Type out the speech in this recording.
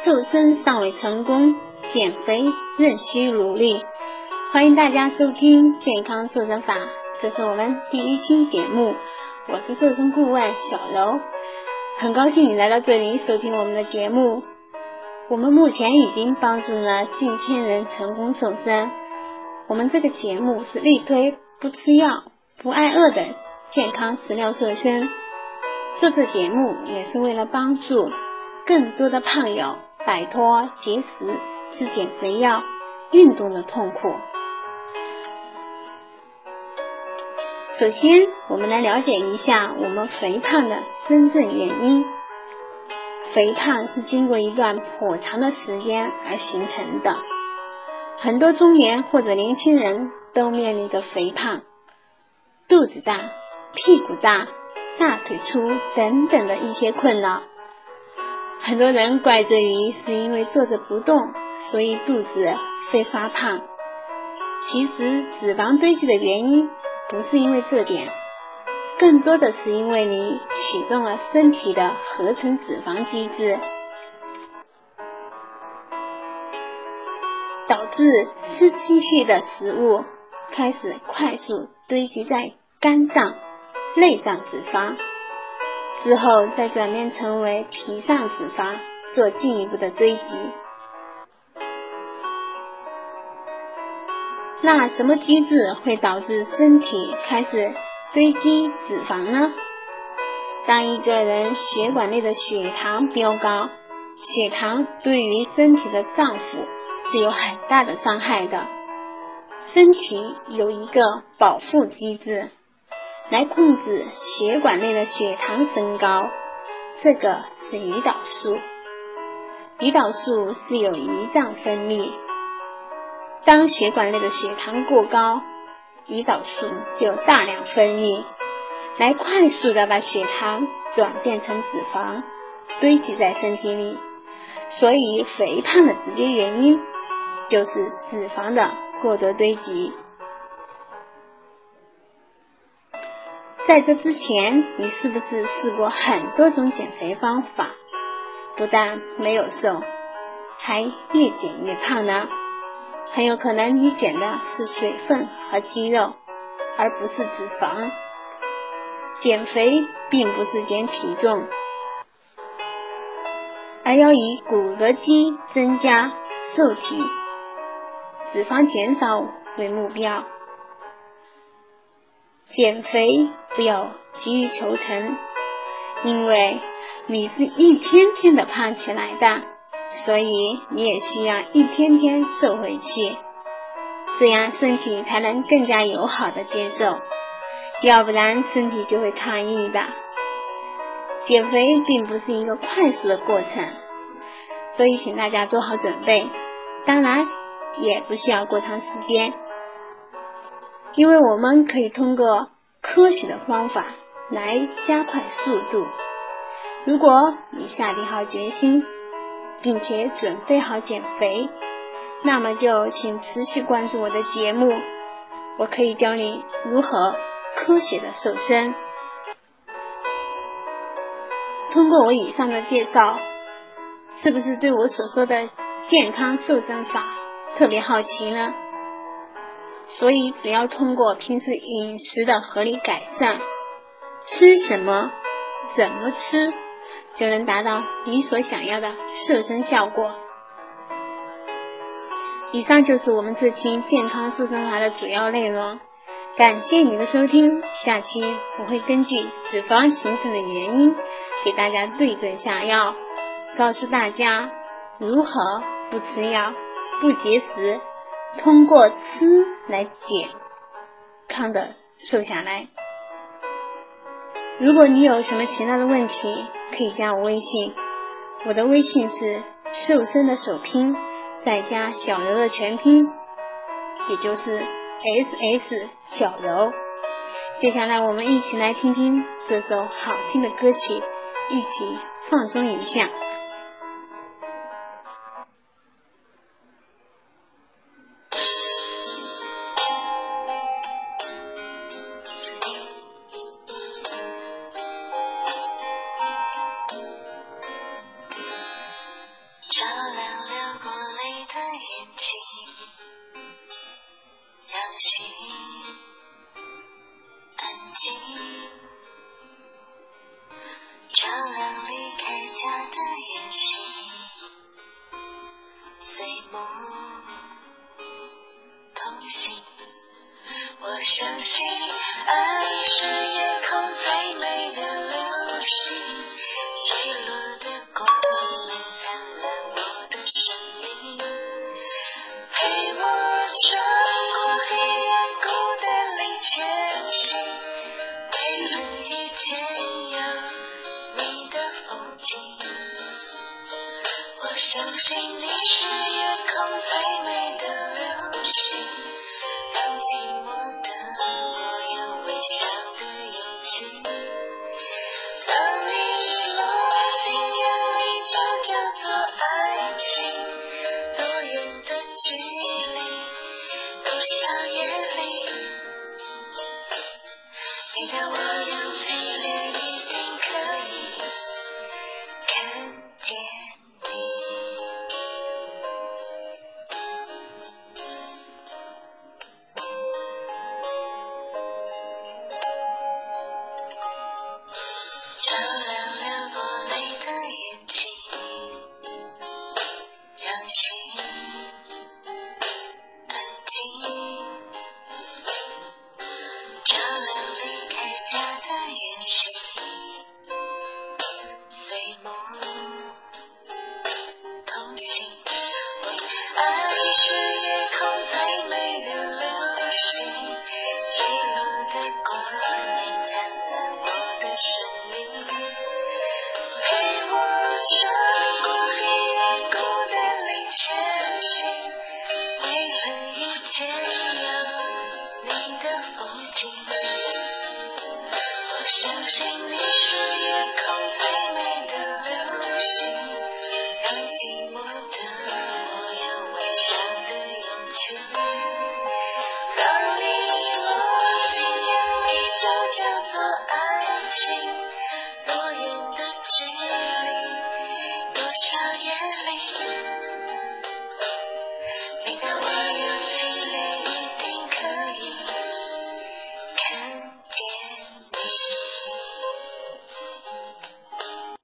瘦身尚未成功，减肥仍需努力。欢迎大家收听健康瘦身法，这是我们第1期节目，我是瘦身顾问小柔，很高兴你来到这里收听我们的节目。我们目前已经帮助了近千人成功瘦身。我们这个节目是力推不吃药不挨饿的健康食疗瘦身，做这节目也是为了帮助更多的胖友摆脱节食、吃减肥药、运动的痛苦。首先，我们来了解一下我们肥胖的真正原因。肥胖是经过一段颇长的时间而形成的，很多中年或者年轻人都面临着肥胖，肚子大、屁股大、大腿粗等等的一些困扰。很多人怪罪于是因为坐着不动，所以肚子会发胖。其实脂肪堆积的原因不是因为这点，更多的是因为你启动了身体的合成脂肪机制，导致吃进去的食物开始快速堆积在肝脏、内脏脂肪，之后再转变成为脾脏脂肪，做进一步的堆积。那什么机制会导致身体开始堆积脂肪呢？当一个人血管内的血糖飙高，血糖对于身体的脏腑是有很大的伤害的。身体有一个保护机制来控制血管内的血糖升高，这个是胰岛素。胰岛素是由胰脏分泌，当血管内的血糖过高，胰岛素就大量分泌，来快速的把血糖转变成脂肪，堆积在身体里。所以肥胖的直接原因就是脂肪的过多堆积。在这之前，你是不是试过很多种减肥方法，不但没有瘦，还越减越胖呢？很有可能你减的是水分和肌肉，而不是脂肪。减肥并不是减体重，而要以骨骼肌增加、瘦体、脂肪减少为目标。减肥不要急于求成，因为你是一天天的胖起来的，所以你也需要一天天瘦回去，这样身体才能更加友好的接受，要不然身体就会抗议的。减肥并不是一个快速的过程，所以请大家做好准备，当然也不需要过长时间，因为我们可以通过科学的方法来加快速度。如果你下定好决心，并且准备好减肥，那么就请持续关注我的节目，我可以教你如何科学的瘦身。通过我以上的介绍，是不是对我所说的健康瘦身法特别好奇呢？所以只要通过平时饮食的合理改善，吃什么怎么吃，就能达到你所想要的瘦身效果。以上就是我们这期健康瘦身法的主要内容，感谢你的收听。下期我会根据脂肪形成的原因给大家对症下药，告诉大家如何不吃药、不节食，通过吃来健康的瘦下来。如果你有什么其他的问题，可以加我微信，我的微信是瘦身的首拼再加小柔的全拼，也就是 SS 小柔。接下来我们一起来听听这首好听的歌曲，一起放松一下。 长你看我